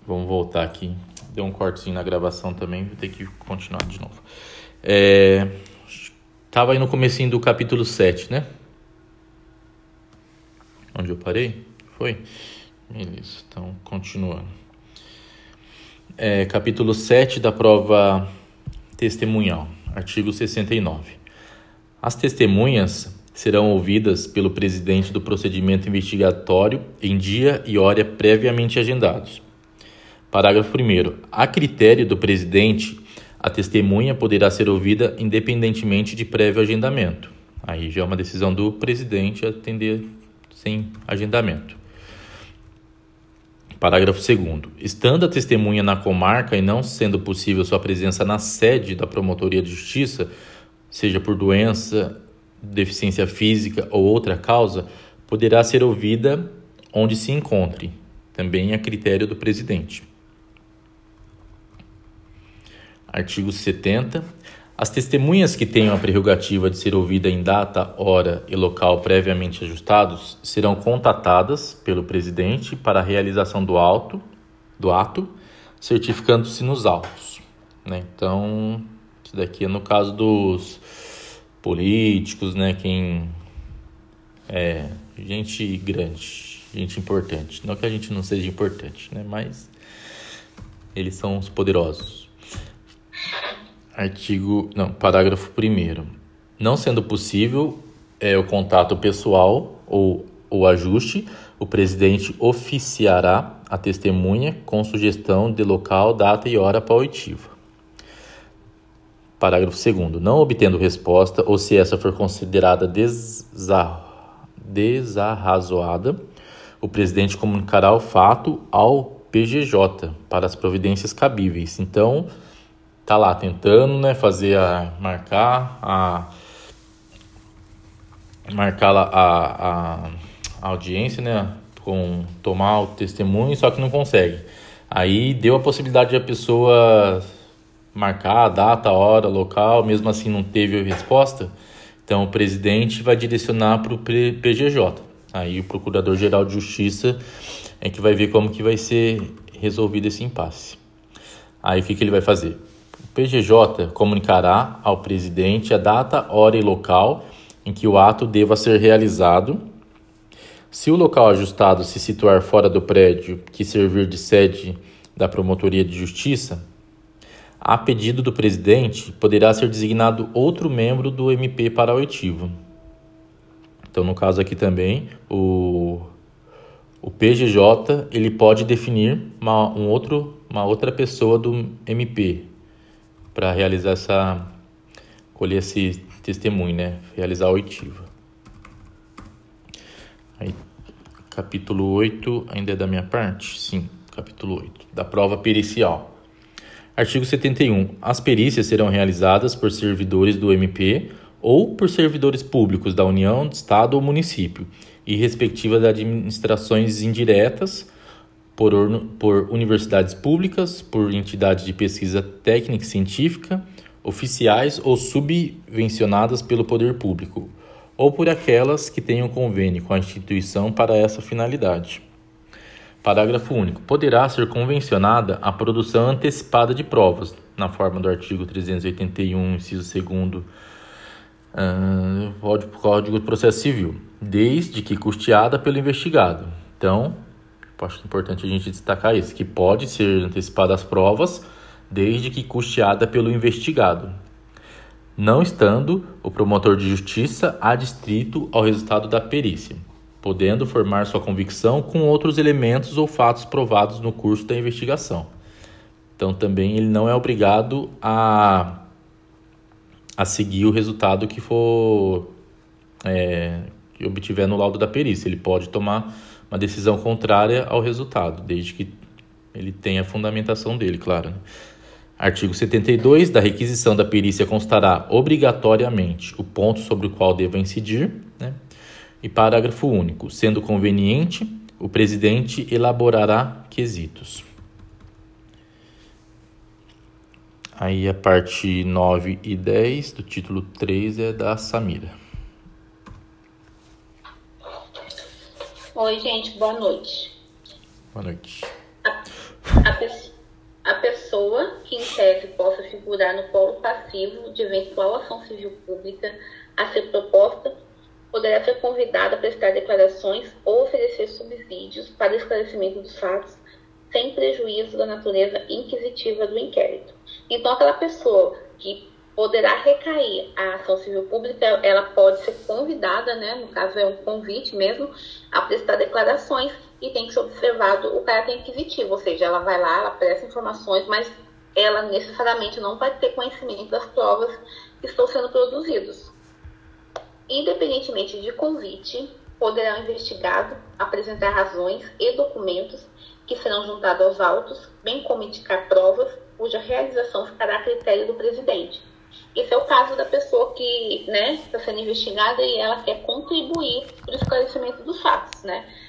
Vamos voltar aqui. Deu um cortezinho na gravação também, vou ter que continuar de novo. Tava aí no comecinho do capítulo 7, né? Onde eu parei? Foi? Beleza, então continuando. Capítulo 7 da prova testemunhal, artigo 69. As testemunhas serão ouvidas pelo presidente do procedimento investigatório em dia e hora previamente agendados. Parágrafo 1º. A critério do presidente, a testemunha poderá ser ouvida independentemente de prévio agendamento. Aí já é uma decisão do presidente atender sem agendamento. Parágrafo 2º. Estando a testemunha na comarca e não sendo possível sua presença na sede da Promotoria de Justiça, seja por doença, deficiência física ou outra causa, poderá ser ouvida onde se encontre, também a critério do presidente. Artigo 70. As testemunhas que tenham a prerrogativa de ser ouvida em data, hora e local previamente ajustados serão contatadas pelo presidente para a realização do ato, certificando-se nos autos, né? Então, isso daqui é no caso dos políticos, né? Quem é gente grande, gente importante. Não que a gente não seja importante, né? Mas eles são os poderosos. Parágrafo 1º. Não sendo possível o contato pessoal ou o ajuste, o presidente oficiará a testemunha com sugestão de local, data e hora para a oitiva. Parágrafo 2º. Não obtendo resposta ou se essa for considerada desarrazoada, o presidente comunicará o fato ao PGJ para as providências cabíveis. Então, tá lá tentando, né, marcar a audiência, né, tomar o testemunho, só que não consegue. Aí deu a possibilidade de a pessoa marcar a data, a hora, local, mesmo assim não teve a resposta, então o presidente vai direcionar para o PGJ. Aí o Procurador-Geral de Justiça é que vai ver como que vai ser resolvido esse impasse. Aí o que ele vai fazer? O PGJ comunicará ao presidente a data, hora e local em que o ato deva ser realizado. Se o local ajustado se situar fora do prédio que servir de sede da Promotoria de Justiça, a pedido do presidente, poderá ser designado outro membro do MP para a oitiva. Então, no caso aqui também, o PGJ ele pode definir uma outra pessoa do MP para realizar colher esse testemunho, né? Realizar a oitiva. Aí, capítulo 8, ainda é da minha parte? Sim, capítulo 8, da prova pericial. Artigo 71. As perícias serão realizadas por servidores do MP ou por servidores públicos da União, do Estado ou município, e respectivas administrações indiretas, por universidades públicas, por entidades de pesquisa técnica e científica, oficiais ou subvencionadas pelo poder público, ou por aquelas que tenham convênio com a instituição para essa finalidade. Parágrafo único. Poderá ser convencionada a produção antecipada de provas, na forma do artigo 381, inciso 2º, Código de Processo Civil, desde que custeada pelo investigado. Então, acho importante a gente destacar isso, que pode ser antecipada as provas, desde que custeada pelo investigado, não estando o promotor de justiça adstrito ao resultado da perícia, podendo formar sua convicção com outros elementos ou fatos provados no curso da investigação. Então, também ele não é obrigado a seguir o resultado que que obtiver no laudo da perícia. Ele pode tomar uma decisão contrária ao resultado, desde que ele tenha a fundamentação dele, claro, né? Artigo 72. Da requisição da perícia constará obrigatoriamente o ponto sobre o qual deva incidir, né? E parágrafo único. Sendo conveniente, o presidente elaborará quesitos. Aí a parte 9 e 10 do título 3 é da Samira. Oi, gente, boa noite. Boa noite. A, pe- a pessoa que em tese possa figurar no polo passivo de eventual ação civil pública a ser proposta poderá ser convidada a prestar declarações ou oferecer subsídios para esclarecimento dos fatos, sem prejuízo da natureza inquisitiva do inquérito. Então, aquela pessoa que poderá recair a ação civil pública, ela pode ser convidada, né, no caso é um convite mesmo, a prestar declarações e tem que ser observado o caráter inquisitivo, ou seja, ela vai lá, ela presta informações, mas ela necessariamente não vai ter conhecimento das provas que estão sendo produzidas. Independentemente de convite, poderá o investigado apresentar razões e documentos que serão juntados aos autos, bem como indicar provas cuja realização ficará a critério do presidente. Esse é o caso da pessoa que, né, está sendo investigada e ela quer contribuir para o esclarecimento dos fatos, né?